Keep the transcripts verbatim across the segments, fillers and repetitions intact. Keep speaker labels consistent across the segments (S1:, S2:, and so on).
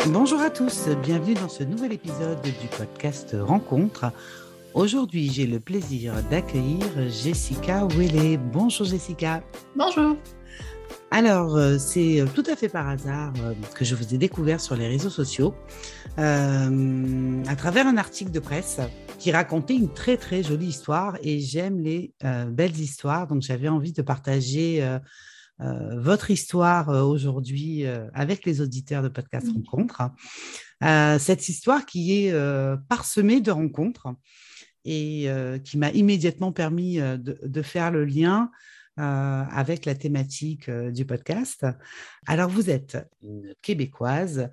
S1: Bonjour à tous, bienvenue dans ce nouvel épisode du podcast Rencontre. Aujourd'hui, j'ai le plaisir d'accueillir Jessica Ouellet. Bonjour Jessica.
S2: Bonjour.
S1: Alors, c'est tout à fait par hasard que je vous ai découvert sur les réseaux sociaux euh, à travers un article de presse qui racontait une très très jolie histoire et j'aime les euh, belles histoires, donc j'avais envie de partager euh, Euh, votre histoire euh, aujourd'hui euh, avec les auditeurs de Podcast Rencontre. Euh, cette histoire qui est euh, parsemée de rencontres et euh, qui m'a immédiatement permis euh, de, de faire le lien euh, avec la thématique euh, du podcast. Alors, vous êtes une Québécoise,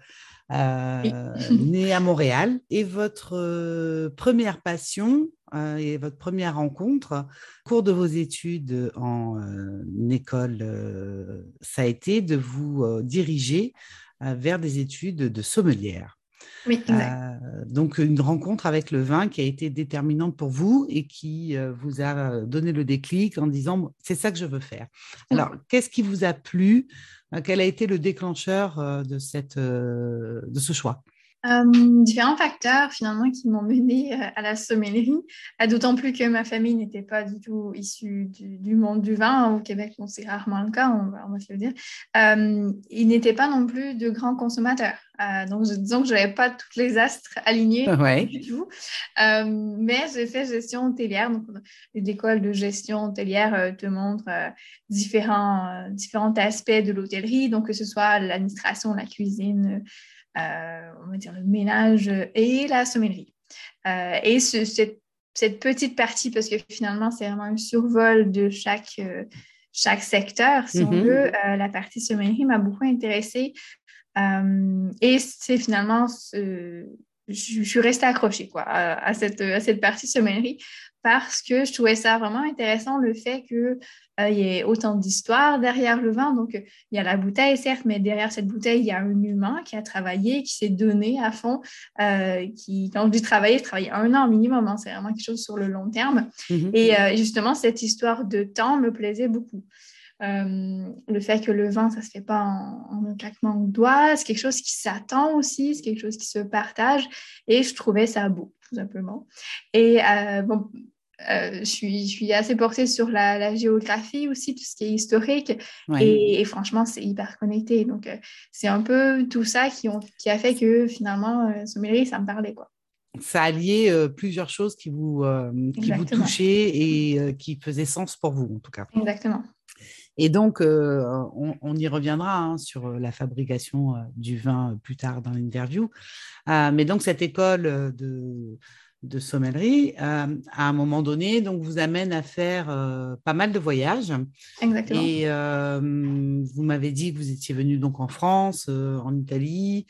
S1: euh, née à Montréal, et votre euh, première passion euh, et votre première rencontre, au cours de vos études en euh, école, euh, ça a été de vous euh, diriger euh, vers des études de sommelière.
S2: Oui, exact.
S1: Euh, donc, une rencontre avec le vin qui a été déterminante pour vous et qui euh, vous a donné le déclic en disant « c'est ça que je veux faire ». Alors, qu'est-ce qui vous a plu? Quel a été le déclencheur euh, de, cette, euh, de ce choix?
S2: Euh, différents facteurs finalement qui m'ont menée euh, à la sommellerie, euh, d'autant plus que ma famille n'était pas du tout issue du, du monde du vin. Au Québec, bon, c'est rarement le cas, on va, on va se le dire. Euh, ils n'étaient pas non plus de grands consommateurs. Euh, donc, je, disons que je n'avais pas tous les astres alignés
S1: Ouais.
S2: du tout. Euh, mais j'ai fait gestion hôtelière. Donc, l'école de gestion hôtelière euh, te montre euh, différents, euh, différents aspects de l'hôtellerie, donc que ce soit l'administration, la cuisine, Euh, on va dire le ménage et la sommellerie. Euh, et ce, cette, cette petite partie, parce que finalement, c'est vraiment un survol de chaque, euh, chaque secteur, si mm-hmm. on veut, euh, la partie sommellerie m'a beaucoup intéressée. Euh, et c'est finalement, euh, je, je suis restée accrochée quoi, à, à, cette, à cette partie sommellerie parce que je trouvais ça vraiment intéressant, le fait qu'il euh, y ait autant d'histoires derrière le vin. Donc, il y a la bouteille, certes, mais derrière cette bouteille, il y a un humain qui a travaillé, qui s'est donné à fond. Euh, qui, quand je dis travailler, je travaillais un an minimum. Hein, c'est vraiment quelque chose sur le long terme. Mm-hmm. Et euh, justement, cette histoire de temps me plaisait beaucoup. Euh, le fait que le vin, ça ne se fait pas en, en un claquement de doigts, c'est quelque chose qui s'attend aussi, c'est quelque chose qui se partage et je trouvais ça beau, tout simplement. Et euh, bon, euh, je, suis, je suis assez portée sur la, la géographie aussi, tout ce qui est historique ouais. et, et franchement, c'est hyper connecté. Donc, euh, c'est un peu tout ça qui, ont, qui a fait que finalement, euh, sommellerie, ça me parlait, quoi.
S1: Ça alliait euh, plusieurs choses qui vous, euh, qui vous touchaient et euh, qui faisaient sens pour vous, en tout cas.
S2: Exactement.
S1: Et donc, euh, on, on y reviendra hein, sur la fabrication euh, du vin plus tard dans l'interview. Euh, mais donc, cette école de, de sommellerie, euh, à un moment donné, donc, vous amène à faire euh, pas mal de voyages.
S2: Exactement.
S1: Et euh, vous m'avez dit que vous étiez venu donc en France, euh, en Italie.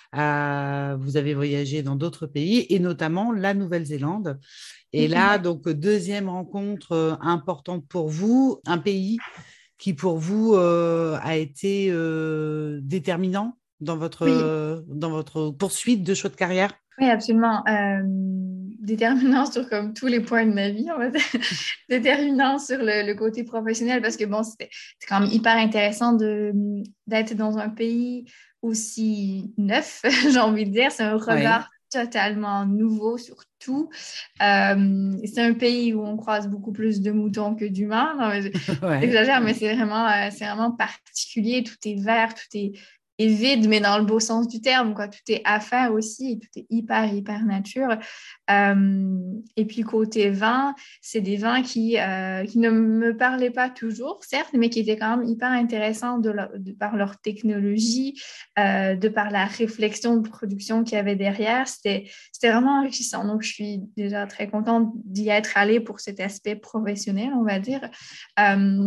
S1: Euh, vous avez voyagé dans d'autres pays, et notamment la Nouvelle-Zélande. Et là, donc, deuxième rencontre importante pour vous, un pays qui pour vous euh, a été euh, déterminant dans votre,
S2: oui.
S1: euh, dans votre poursuite de choix de carrière?
S2: Oui, absolument. Euh, déterminant sur comme tous les points de ma vie, on va dire. Déterminant sur le, le côté professionnel parce que bon, c'était c'est quand même hyper intéressant de, d'être dans un pays aussi neuf, j'ai envie de dire. C'est un regard ouais. totalement nouveau sur tout. Euh, c'est un pays où on croise beaucoup plus de moutons que d'humains. Non, mais ouais. J'exagère, mais c'est vraiment, euh, c'est vraiment particulier. Tout est vert, tout est est vide, mais dans le beau sens du terme, quoi. Tout est à faire aussi, et tout est hyper, hyper nature. Euh, et puis, côté vin, c'est des vins qui, euh, qui ne me parlaient pas toujours, certes, mais qui étaient quand même hyper intéressants de, leur, de par leur technologie, euh, de par la réflexion de production qu'il y avait derrière. C'était, c'était vraiment enrichissant. Donc, je suis déjà très contente d'y être allée pour cet aspect professionnel, on va dire. Euh,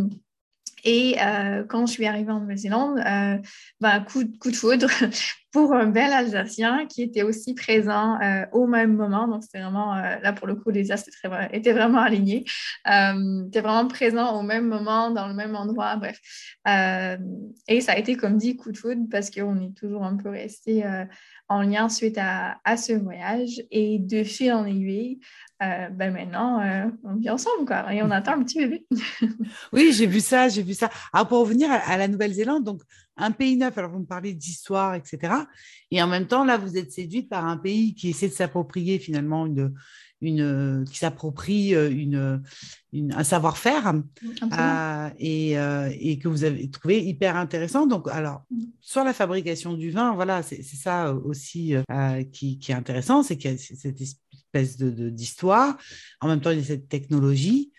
S2: Et euh, quand je suis arrivée en Nouvelle-Zélande, euh, ben, coup, coup de foudre pour un bel Alsacien qui était aussi présent euh, au même moment. Donc, c'était vraiment, euh, là pour le coup, les astres étaient, étaient vraiment alignés. Euh, étaient vraiment présents au même moment, dans le même endroit, bref. Euh, et ça a été, comme dit, coup de foudre parce qu'on est toujours un peu resté euh, en lien suite à, à ce voyage. Et de fil en aiguille, euh, ben maintenant, euh, on vit ensemble, quoi, et on attend un petit bébé.
S1: Oui, j'ai vu ça, j'ai vu ça. Alors, pour revenir à, à la Nouvelle-Zélande, donc, un pays neuf. Alors, vous me parlez d'histoire, et cetera. Et en même temps, là, vous êtes séduite par un pays qui essaie de s'approprier finalement une, une qui s'approprie une, une, un savoir-faire euh, et, euh, et que vous avez trouvé hyper intéressant. Donc, alors, sur la fabrication du vin, voilà, c'est, c'est ça aussi euh, qui, qui est intéressant, c'est qu'il y a cette espèce de, de, d'histoire. En même temps, il y a cette technologie.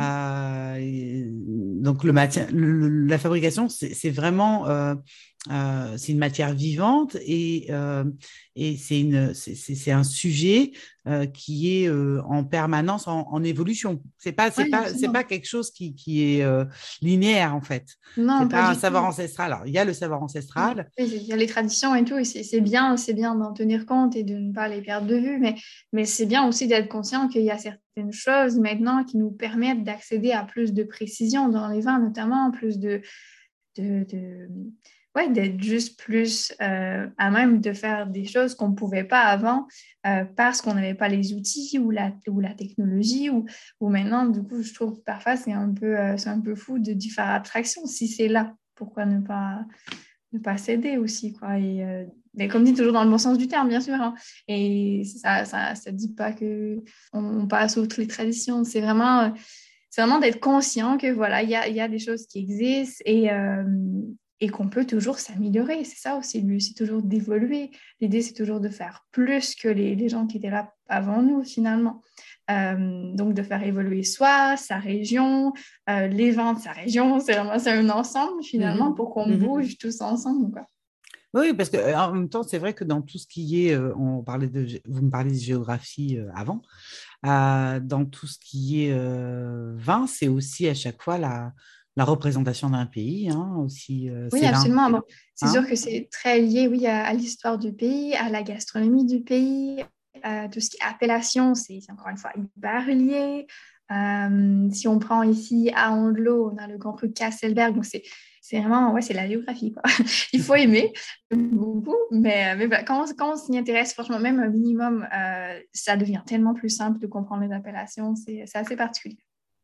S1: Euh, donc le matin, le, la fabrication, c'est, c'est vraiment euh, euh, c'est une matière vivante et, euh, et c'est, une, c'est, c'est, c'est un sujet euh, qui est euh, en permanence en, en évolution. C'est pas c'est
S2: Oui,
S1: pas c'est pas quelque chose qui, qui est euh, linéaire en fait.
S2: Non,
S1: c'est
S2: pas
S1: pas un
S2: du
S1: savoir
S2: tout.
S1: ancestral. Alors il y a le savoir ancestral.
S2: Oui, il y a les traditions et tout, et c'est, c'est bien, c'est bien d'en tenir compte et de ne pas les perdre de vue, mais, mais c'est bien aussi d'être conscient qu'il y a certaines choses maintenant qui nous permettent d'accéder à plus de précision dans les vins, notamment plus de, de, de ouais, d'être juste plus euh, à même de faire des choses qu'on ne pouvait pas avant euh, parce qu'on n'avait pas les outils ou la, ou la technologie ou, ou maintenant, du coup, je trouve que parfois c'est un peu, euh, c'est un peu fou de d'y faire abstraction. Si c'est là, pourquoi ne pas ne pas céder aussi, quoi. Et, euh, mais comme dit, toujours dans le bon sens du terme, bien sûr. Hein. Et ça ça, ça dit pas qu'on on passe outre les traditions. C'est vraiment, euh, c'est vraiment d'être conscient que, voilà, il y a, y a des choses qui existent et, euh, et qu'on peut toujours s'améliorer. C'est ça aussi, lui, c'est toujours d'évoluer. L'idée, c'est toujours de faire plus que les, les gens qui étaient là avant nous, finalement. Euh, donc, de faire évoluer soi, sa région, euh, les vins de sa région. C'est vraiment c'est un ensemble, finalement,
S1: Mm-hmm.
S2: pour qu'on
S1: Mm-hmm.
S2: bouge tous ensemble, quoi.
S1: Oui, parce que en même temps, c'est vrai que dans tout ce qui est, euh, on parlait de, vous me parlez de géographie euh, avant, euh, dans tout ce qui est euh, vin, c'est aussi à chaque fois la, la représentation d'un pays, hein, aussi, euh,
S2: Oui,
S1: c'est l'un.
S2: absolument. Bon, c'est sûr
S1: Hein.
S2: que c'est très lié, oui, à, à l'histoire du pays, à la gastronomie du pays, à tout ce qui est appellation, c'est c'est encore une fois hyper lié. Euh, si on prend ici à Andelot, on a le Grand Cru de Kasselberg, donc c'est c'est vraiment, ouais, c'est la géographie, quoi. Il faut aimer beaucoup, mais, mais voilà, quand, on, quand on s'y intéresse, franchement, même un minimum, euh, ça devient tellement plus simple de comprendre les appellations, c'est c'est assez particulier.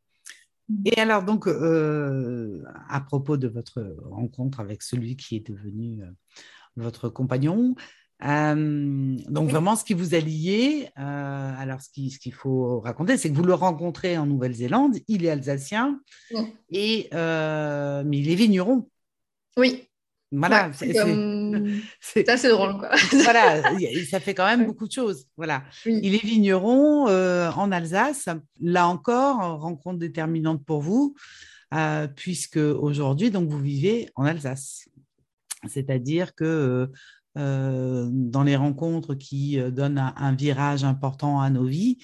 S1: Et alors, donc, euh, à propos de votre rencontre avec celui qui est devenu euh, votre compagnon, euh, donc
S2: Oui.
S1: vraiment, ce qui vous a lié, euh, alors ce qui, ce qu'il faut raconter, c'est que vous le rencontrez en Nouvelle-Zélande, il est alsacien,
S2: Bon.
S1: et, euh, mais il est vigneron.
S2: Oui. Ouais,
S1: Voilà, c'est, c'est,
S2: comme...
S1: c'est-
S2: c'est assez drôle, quoi.
S1: voilà, ça fait quand même
S2: Ouais.
S1: beaucoup de choses. Voilà, il
S2: Oui.
S1: est vigneron euh, en Alsace. Là encore, rencontre déterminante pour vous, euh, puisque aujourd'hui, donc vous vivez en Alsace. C'est-à-dire que euh, dans les rencontres qui euh, donnent un, un virage important à nos vies,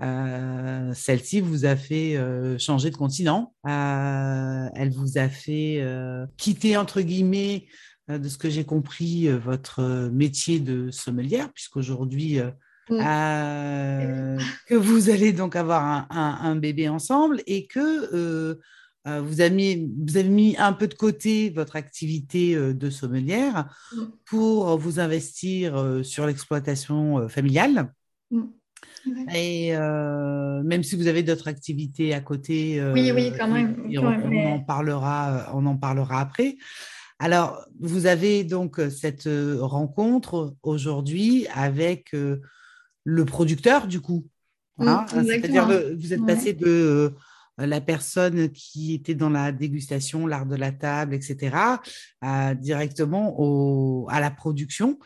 S1: euh, celle-ci vous a fait euh, changer de continent. Euh, elle vous a fait euh, quitter, entre guillemets, euh, de ce que j'ai compris, euh, votre métier de sommelière, puisqu'aujourd'hui, euh,
S2: Mm.
S1: euh, que vous allez donc avoir un, un, un bébé ensemble et que euh, euh, vous avez mis, vous avez mis un peu de côté votre activité euh, de sommelière
S2: Mm.
S1: pour vous investir euh, sur l'exploitation euh, familiale.
S2: Mm. Ouais.
S1: Et euh, même si vous avez d'autres activités à côté,
S2: Oui,
S1: euh,
S2: oui, quand
S1: et,
S2: même.
S1: et
S2: Quand
S1: on,
S2: même,
S1: on en
S2: mais...
S1: parlera, on en parlera après. Alors, vous avez donc cette euh, rencontre aujourd'hui avec euh, le producteur, du coup.
S2: Mm,
S1: Hein. C'est-à-dire,
S2: exactement.
S1: le- vous êtes
S2: Ouais.
S1: passé de euh, la personne qui était dans la dégustation, l'art de la table, et cetera, à, directement au, à la production.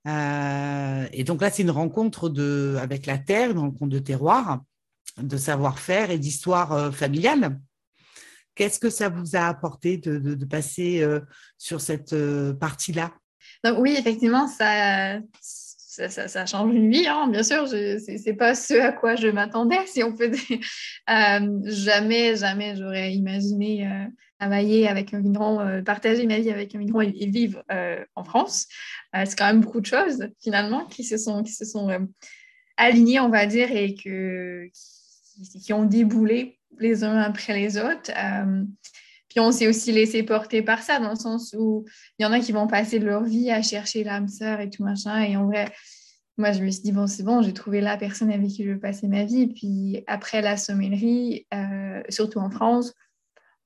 S1: Euh, et donc là, c'est une rencontre de, avec la terre, une rencontre de terroir, de savoir-faire et d'histoire euh, familiale. Qu'est-ce que ça vous a apporté de, de, de passer euh, sur cette euh, partie-là?
S2: Donc oui, effectivement, ça, ça, ça, ça change une vie, hein, bien sûr. Je, c'est, c'est pas ce à quoi je m'attendais, si on peut dire. Euh, jamais, jamais j'aurais imaginé euh, travailler avec un vigneron, euh, partager ma vie avec un vigneron et, et vivre euh, en France. Euh, c'est quand même beaucoup de choses, finalement, qui se sont, qui se sont euh, alignées, on va dire, et que, qui, qui ont déboulé les uns après les autres. Euh, puis on s'est aussi laissé porter par ça, dans le sens où il y en a qui vont passer leur vie à chercher l'âme sœur et tout machin. Et en vrai, moi, je me suis dit, bon, c'est bon, j'ai trouvé la personne avec qui je veux passer ma vie. Puis après la sommellerie, euh, surtout en France,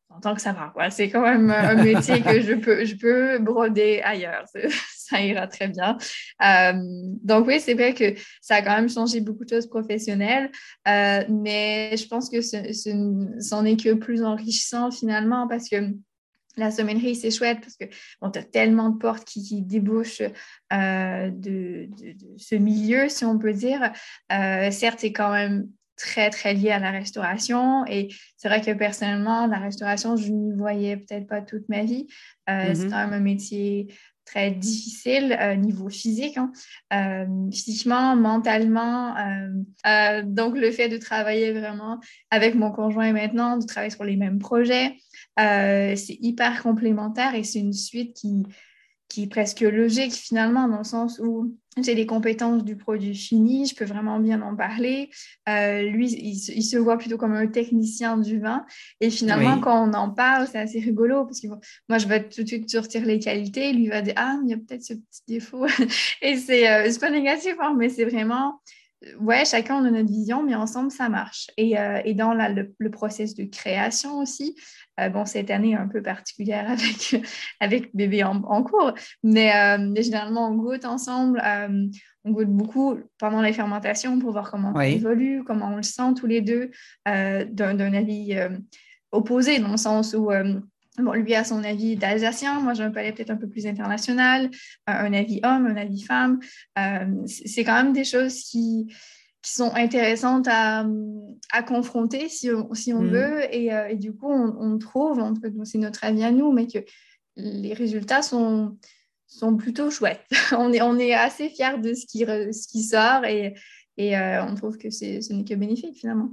S2: tant que ça va, quoi. C'est quand même un métier que je peux, je peux broder ailleurs. Ça ira très bien. Euh, donc oui, c'est vrai que ça a quand même changé beaucoup de choses professionnelles, euh, mais je pense que ce, ce, c'en est que plus enrichissant finalement parce que la sommellerie, c'est chouette parce que bon, tu as tellement de portes qui, qui débouchent euh, de, de, de, ce milieu, si on peut dire. Euh, certes, c'est quand même très, très lié à la restauration. Et c'est vrai que personnellement, la restauration, je n'y voyais peut-être pas toute ma vie. Euh, mm-hmm. C'est quand même un métier très difficile euh, niveau physique, hein. euh, physiquement, mentalement. Euh, euh, donc, le fait de travailler vraiment avec mon conjoint maintenant, de travailler sur les mêmes projets, euh, c'est hyper complémentaire et c'est une suite qui, qui est presque logique finalement, dans le sens où j'ai les compétences du produit fini, je peux vraiment bien en parler. Euh, lui, il, il se voit plutôt comme un technicien du vin. Et finalement, oui. Quand on en parle, c'est assez rigolo parce que bon, moi, je vais tout de suite sortir les qualités. Lui va dire, ah, il y a peut-être ce petit défaut. Et c'est, euh, c'est pas négatif, hein, mais c'est vraiment... Ouais, chacun on a notre vision, mais ensemble, ça marche. Et, euh, et dans la, le, le process de création aussi, euh, bon, cette année est un peu particulière avec, avec bébé en, en cours, mais, euh, mais généralement, on goûte ensemble. Euh, on goûte beaucoup pendant les fermentations pour voir comment oui. Ça évolue, comment on le sent tous les deux, euh, d'un, d'un avis euh, opposé, dans le sens où... Euh, Bon, lui a son avis d'Alsacien, moi j'ai un palais peut-être un peu plus international, un avis homme, un avis femme. Euh, c'est quand même des choses qui, qui sont intéressantes à, à confronter si on, si on mmh. veut. Et, euh, et du coup, on, on trouve, en tout cas, c'est notre avis à nous, mais que les résultats sont, sont plutôt chouettes. on, est, on est assez fiers de ce qui, ce qui sort et, et euh, on trouve que c'est, ce n'est que bénéfique finalement.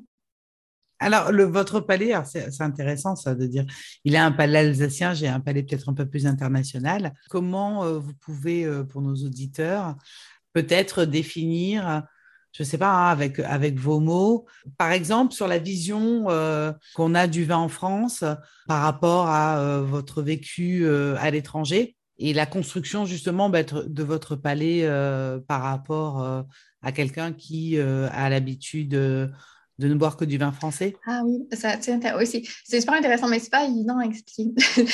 S1: Alors, le, votre palais, alors c'est, c'est intéressant ça de dire, il a un palais alsacien, j'ai un palais peut-être un peu plus international. Comment euh, vous pouvez, euh, pour nos auditeurs, peut-être définir, je ne sais pas, hein, avec, avec vos mots, par exemple, sur la vision euh, qu'on a du vin en France par rapport à euh, votre vécu euh, à l'étranger et la construction justement bah, de votre palais euh, par rapport euh, à quelqu'un qui euh, a l'habitude... Euh, de ne boire que du vin français?
S2: Ah oui, ça, c'est, intér- aussi. C'est super intéressant, mais c'est pas évident à expliquer.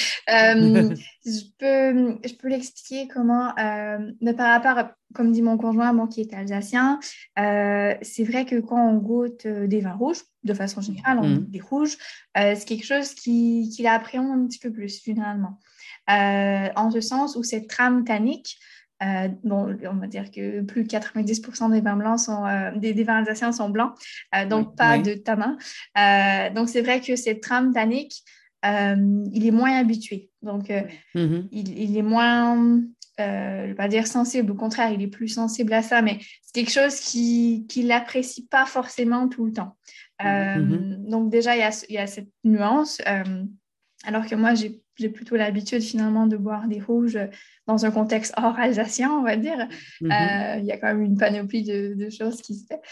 S2: euh, je, peux, je peux l'expliquer comment, euh, de par rapport, à, comme dit mon conjoint, bon, qui est alsacien, euh, c'est vrai que quand on goûte des vins rouges, de façon générale, on goûte mmh. des rouges, euh, c'est quelque chose qui, qui l'appréhende un petit peu plus, généralement. Euh, en ce sens où cette trame tannique, Euh, bon, on va dire que plus de quatre-vingt-dix pour cent des vins blancs sont, euh, des, des vins alsaciens sont blancs, euh, donc oui, pas oui. de tanin. Euh, donc, c'est vrai que cette trame tannique, euh, il est moins habitué. Donc, euh, mm-hmm. il, il est moins, euh, je ne vais pas dire sensible, au contraire, il est plus sensible à ça, mais c'est quelque chose qu'il qui n'apprécie pas forcément tout le temps. Euh, mm-hmm. Donc, déjà, il y a, il y a cette nuance. Euh, alors que moi, j'ai, j'ai plutôt l'habitude finalement de boire des rouges dans un contexte hors alsacien, on va dire. Mm-hmm. Euh, il y a quand même une panoplie de, de choses qui se fait.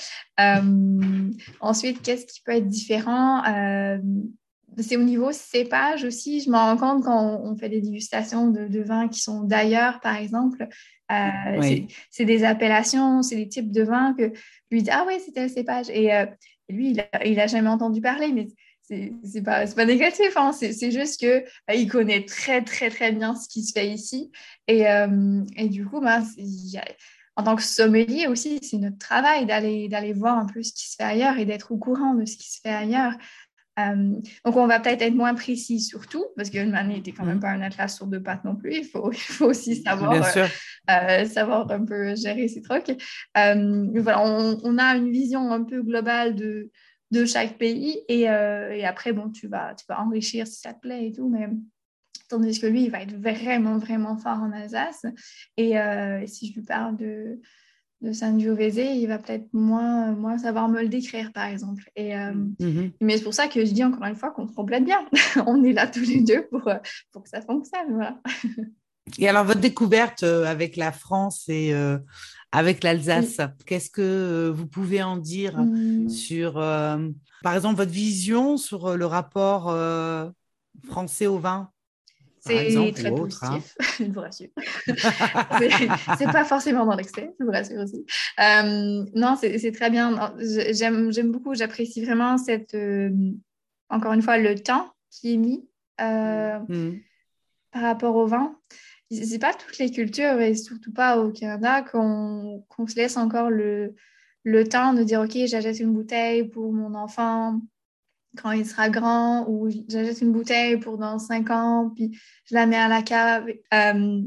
S2: Euh, ensuite, qu'est-ce qui peut être différent? Euh, c'est au niveau cépage aussi. Je me rends compte quand on, on fait des dégustations de, de vins qui sont d'ailleurs, par exemple. Euh, oui. c'est, c'est des appellations, c'est des types de vins que lui dit « Ah oui, c'est tel cépage ». Et euh, lui, il n'a il a jamais entendu parler, mais... C'est, c'est, pas, c'est pas négatif, hein. c'est, c'est juste qu'il euh, connaît très, très, très bien ce qui se fait ici. Et, euh, et du coup, ben, a, en tant que sommelier aussi, c'est notre travail d'aller, d'aller voir un peu ce qui se fait ailleurs et d'être au courant de ce qui se fait ailleurs. Euh, donc, on va peut-être être moins précis sur tout, parce que Manu n'était quand même pas un atlas sur deux pattes non plus. Il faut, il faut aussi savoir, euh, euh, savoir un peu gérer ses trucs. Euh, voilà, on, on a une vision un peu globale de de chaque pays et, euh, et après bon tu vas tu vas enrichir si ça te plaît et tout, mais tandis que lui il va être vraiment vraiment fort en Alsace et euh, si je lui parle de de Sangiovese, il va peut-être moins moins savoir me le décrire par exemple et euh, mm-hmm. mais c'est pour ça que je dis encore une fois qu'on se complète bien. On est là tous les deux pour pour que ça fonctionne, voilà.
S1: Et alors, votre découverte avec la France et euh, avec l'Alsace, oui. Qu'est-ce que vous pouvez en dire mmh. sur, euh, par exemple, votre vision sur le rapport euh, français au vin, par
S2: c'est
S1: exemple,
S2: très
S1: ou autre,
S2: positif, hein. Je vous rassure. c'est, c'est pas forcément dans l'excès, je vous rassure aussi. Euh, non, c'est, c'est très bien. J'aime, j'aime beaucoup, j'apprécie vraiment cette, euh, encore une fois, le temps qui est mis euh,
S1: Mm.
S2: par rapport au vin. C'est pas toutes les cultures, et surtout pas au Canada, qu'on qu'on se laisse encore le, le temps de dire, OK, j'achète une bouteille pour mon enfant quand il sera grand, ou j'achète une bouteille pour dans cinq ans, puis je la mets à la cave. Euh,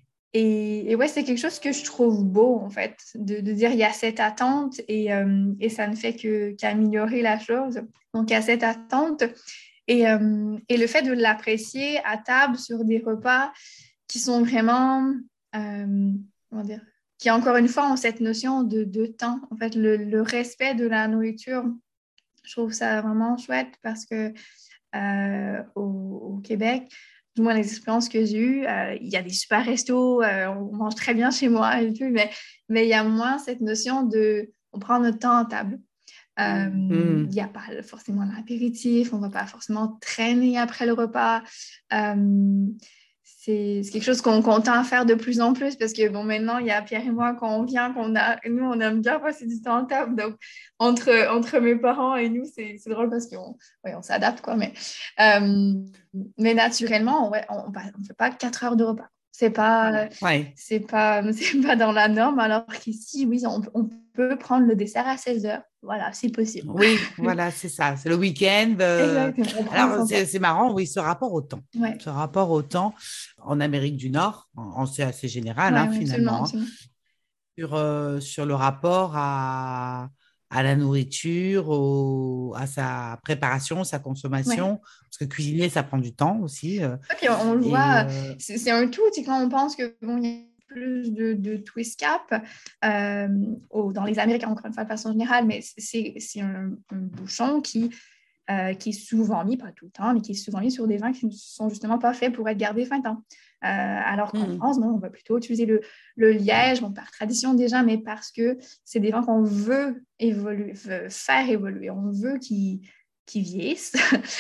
S2: et, et ouais, c'est quelque chose que je trouve beau, en fait, de, de dire il y a cette attente et, euh, et ça ne fait que qu'améliorer la chose. Donc, il y a cette attente et, euh, et le fait de l'apprécier à table sur des repas qui sont vraiment, euh, comment dire, qui encore une fois ont cette notion de, de temps, en fait, le, le respect de la nourriture. Je trouve ça vraiment chouette parce que euh, au, au Québec, du moins les expériences que j'ai eues, euh, il y a des super restos, euh, on mange très bien chez moi et tout, mais, mais il y a moins cette notion de on prend notre temps à table. Euh, il
S1: Mm.
S2: n'y a pas forcément l'apéritif, on ne va pas forcément traîner après le repas. Euh, c'est c'est quelque chose qu'on qu'on tend à faire de plus en plus parce que bon, maintenant, il y a Pierre et moi, quand on vient, qu'on a, nous, on aime bien passer du temps à table. Donc, entre, entre mes parents et nous, c'est c'est drôle parce qu'on ouais, on s'adapte, quoi. Mais, euh, mais naturellement, ouais, on ne fait pas quatre heures de repas. C'est pas,
S1: Ouais.
S2: c'est pas, c'est pas dans la norme, alors qu'ici, oui, on, on peut prendre le dessert à seize heures. Voilà, c'est possible.
S1: Oui, voilà, c'est ça. C'est le week-end. euh,
S2: Exactement, on prend
S1: Alors,
S2: son temps.
S1: c'est c'est marrant, oui, ce rapport au temps.
S2: Ouais,
S1: Ce rapport au temps en Amérique du Nord, en- en- c'est assez général,
S2: ouais,
S1: hein,
S2: ouais, absolument,
S1: finalement, hein,
S2: absolument.
S1: sur, euh, sur le rapport à, à la nourriture, au- à sa préparation, sa
S2: Ouais.
S1: consommation. Parce que cuisiner, ça prend du temps aussi. euh,
S2: Et puis on, on le
S1: et
S2: voit,
S1: euh,
S2: c'est c'est un tout. C'est quand on pense que bon, il y a plus de, de twist cap euh, au- dans les Amériques, encore une fois, de façon générale, mais c'est c'est un, un bouchon qui, euh, qui est souvent mis, pas tout le temps, mais qui est souvent mis sur des vins qui ne sont justement pas faits pour être gardés vingt ans. Euh, alors qu'en
S1: hmm,
S2: France, bon, on va plutôt utiliser le, le liège, bon, par tradition déjà, mais parce que c'est des vins qu'on veut évoluer, veut faire évoluer. On veut qu'ils qui vieillissent,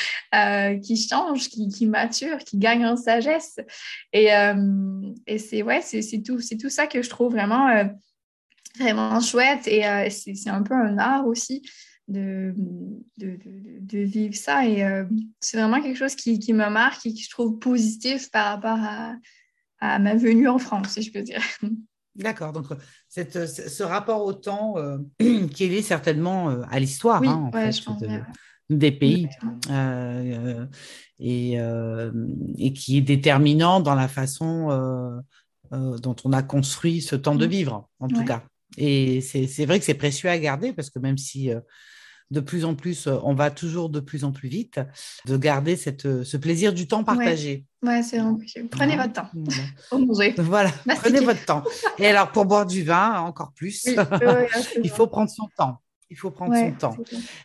S2: euh, qui changent, qui, qui maturent, qui gagnent en sagesse. Et, euh, et c'est ouais, c'est c'est tout, c'est tout ça que je trouve vraiment, euh, vraiment chouette. Et euh, c'est c'est un peu un art aussi de, de, de, de vivre ça. Et euh, c'est vraiment quelque chose qui, qui me marque et que je trouve positif par rapport à, à ma venue en France, si je peux dire.
S1: d'accord. Donc, euh, cette, ce ce rapport au temps euh, qui est lié certainement euh, à l'histoire, hein,
S2: Oui,
S1: en
S2: ouais, je
S1: fait,
S2: pense bien.
S1: de, des pays.
S2: Exactement.
S1: euh, euh, et, euh, et qui est déterminant dans la façon euh, euh, dont on a construit ce temps de
S2: Mm.
S1: vivre, en tout
S2: Ouais.
S1: cas. Et c'est c'est vrai que c'est précieux à garder parce que même si euh, de plus en plus, euh, on va toujours de plus en plus vite, de garder cette, euh, ce plaisir du temps
S2: Ouais,
S1: partagé.
S2: ouais, c'est vraiment précieux. Prenez
S1: Hein,
S2: votre temps.
S1: voilà.
S2: Faut manger.
S1: Voilà, prenez
S2: Mastiquer.
S1: votre temps. Et alors, pour boire du vin, encore plus,
S2: Oui, oui, oui,
S1: il
S2: absolument.
S1: faut prendre son temps. Il faut prendre son
S2: Ouais,
S1: temps.
S2: c'est clair.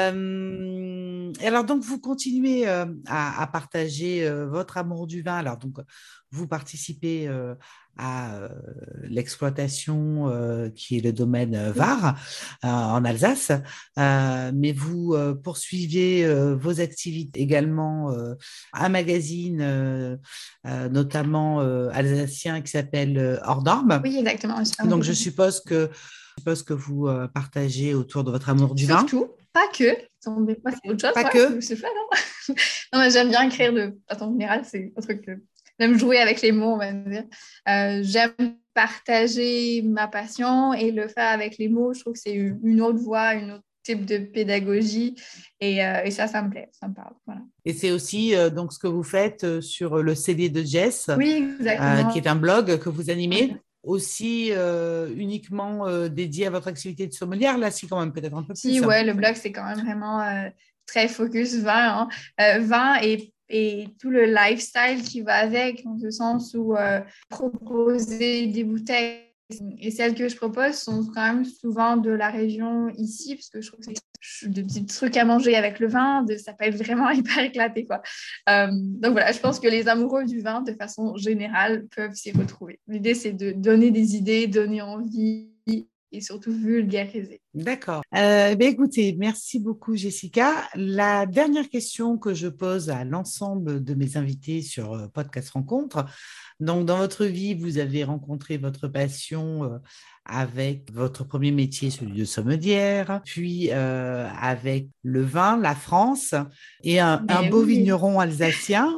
S1: Euh, et alors, donc, vous continuez euh, à, à partager euh, votre amour du vin. Alors, donc, vous participez euh, à euh, l'exploitation euh, qui est le domaine euh,
S2: Oui,
S1: Var euh, en Alsace, Euh, mais vous euh, poursuivez euh, vos activités également euh, un magazine, euh, euh, notamment euh, alsacien, qui s'appelle euh, Hors Normes.
S2: oui, exactement. Un super
S1: Donc, je
S2: magazine.
S1: suppose que, je suppose que vous euh, partagez autour de votre amour du vin.
S2: Surtout, pas que. Donc, des fois, c'est autre chose.
S1: Pas
S2: Ouais,
S1: que.
S2: c'est c'est chouette, hein? Non, mais j'aime bien écrire de façon générale. C'est un truc que j'aime jouer avec les mots, on va dire. Euh, j'aime partager ma passion et le faire avec les mots. Je trouve que c'est une autre voie, un autre type de pédagogie. Et, euh, et ça, ça me plaît. Ça me parle. Voilà.
S1: Et c'est aussi euh, donc ce que vous faites euh, sur le C D de Jess,
S2: Oui,
S1: euh, qui
S2: exactement.
S1: est un blog que vous
S2: Ouais.
S1: animez, aussi euh, uniquement euh, dédié à votre activité de sommelière. Là, si, quand même, peut-être un peu
S2: Si,
S1: plus.
S2: ouais, le blog, c'est quand même vraiment euh, très focus vin, hein. Euh, vin et, et tout le lifestyle qui va avec, dans ce sens où euh, proposer des bouteilles. Et celles que je propose sont quand même souvent de la région ici, parce que je trouve que c'est de petits trucs à manger avec le vin, de, ça peut être vraiment hyper éclaté, quoi. Euh, donc voilà, je pense que les amoureux du vin, de façon générale, peuvent s'y retrouver. L'idée, c'est de donner des idées, donner envie et surtout vulgariser.
S1: D'accord. Euh, ben écoutez, merci beaucoup Jessica. La dernière question que je pose à l'ensemble de mes invités sur euh, Podcast Rencontre. Donc, dans votre vie, vous avez rencontré votre passion euh, avec votre premier métier, celui de sommelière, puis euh, avec le vin, la France, et un, un beau
S2: oui.
S1: vigneron alsacien.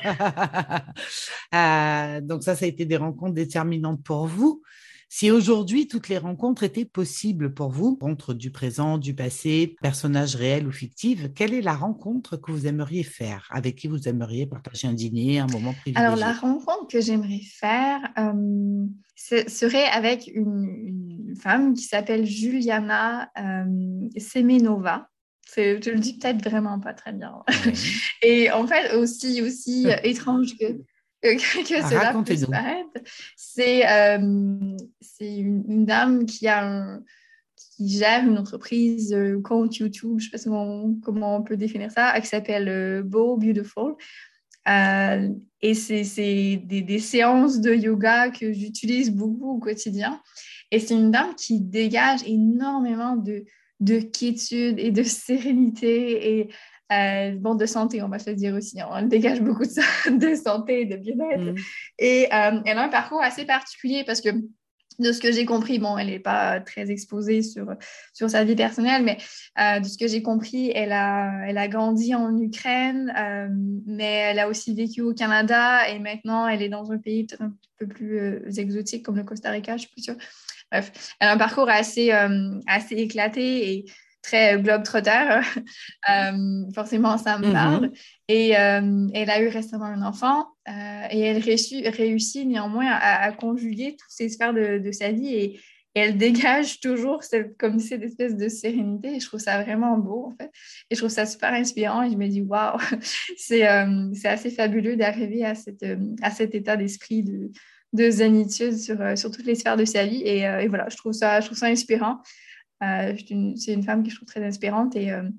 S1: euh, donc ça, ça a été des rencontres déterminantes pour vous. Si aujourd'hui, toutes les rencontres étaient possibles pour vous, rencontres du présent, du passé, personnages réels ou fictifs, quelle est la rencontre que vous aimeriez faire? Avec qui vous aimeriez partager un dîner, un moment privilégié?
S2: Alors, la rencontre que j'aimerais faire euh, ce serait avec une, une femme qui s'appelle Juliana euh, Semenova. C'est, je le dis peut-être vraiment pas très bien. Oui. Et en fait, aussi, aussi étrange que... que, que ah, cela puisse paraître. C'est, euh, c'est une, une dame qui, a un, qui gère une entreprise, euh, compte YouTube, je ne sais pas comment, comment on peut définir ça, qui s'appelle euh, Beau Beautiful. Euh, et c'est, c'est des, des séances de yoga que j'utilise beaucoup au quotidien. Et c'est une dame qui dégage énormément de, de quiétude et de sérénité et Euh, bon, de santé, on va se le dire aussi. On dégage beaucoup de, de santé et de bien-être. Mmh. Et euh, elle a un parcours assez particulier parce que, de ce que j'ai compris, bon, elle n'est pas très exposée sur, sur sa vie personnelle, mais euh, de ce que j'ai compris, elle a, elle a grandi en Ukraine, euh, mais elle a aussi vécu au Canada et maintenant, elle est dans un pays peut-être un peu plus euh, exotique comme le Costa Rica, je ne suis plus sûre. Bref, elle a un parcours assez, euh, assez éclaté et très globe-trotter, euh, forcément ça me parle. Mm-hmm. Et euh, elle a eu récemment un enfant euh, et elle réussit, réussit néanmoins à, à conjuguer toutes ces sphères de, de sa vie et, et elle dégage toujours cette, comme cette espèce de sérénité et je trouve ça vraiment beau en fait. Et je trouve ça super inspirant et je me dis waouh, c'est, euh, c'est assez fabuleux d'arriver à, cette, à cet état d'esprit de, de zénitude sur, sur toutes les sphères de sa vie et, euh, et voilà, je trouve ça, je trouve ça inspirant. Euh, une, c'est une femme que je trouve très inspirante et, euh,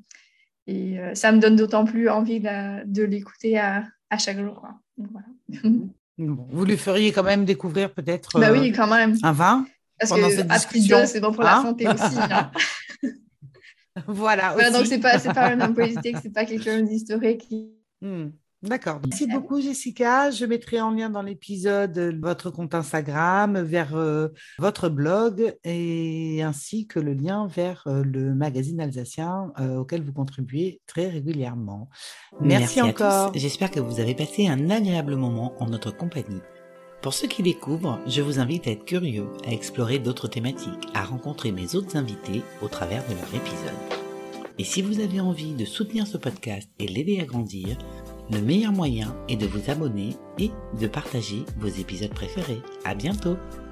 S2: et euh, ça me donne d'autant plus envie de, de l'écouter à, à chaque jour. Quoi. Donc, voilà.
S1: Vous lui feriez quand même découvrir peut-être
S2: bah oui, quand même.
S1: un vin
S2: parce
S1: pendant
S2: que
S1: cette
S2: à
S1: discussion.
S2: Deux, c'est bon pour hein la santé aussi. Hein.
S1: voilà,
S2: voilà,
S1: aussi.
S2: donc c'est pas, c'est pas un homme politique, c'est pas quelqu'un d'historique qui...
S1: Hmm. D'accord. Merci beaucoup, Jessica. Je mettrai en lien dans l'épisode votre compte Instagram, vers euh, votre blog et ainsi que le lien vers euh, le magazine alsacien euh, auquel vous contribuez très régulièrement. Merci, Merci encore.
S3: À tous. J'espère que vous avez passé un agréable moment en notre compagnie. Pour ceux qui découvrent, je vous invite à être curieux, à explorer d'autres thématiques, à rencontrer mes autres invités au travers de leur épisode. Et si vous avez envie de soutenir ce podcast et l'aider à grandir, le meilleur moyen est de vous abonner et de partager vos épisodes préférés. À bientôt!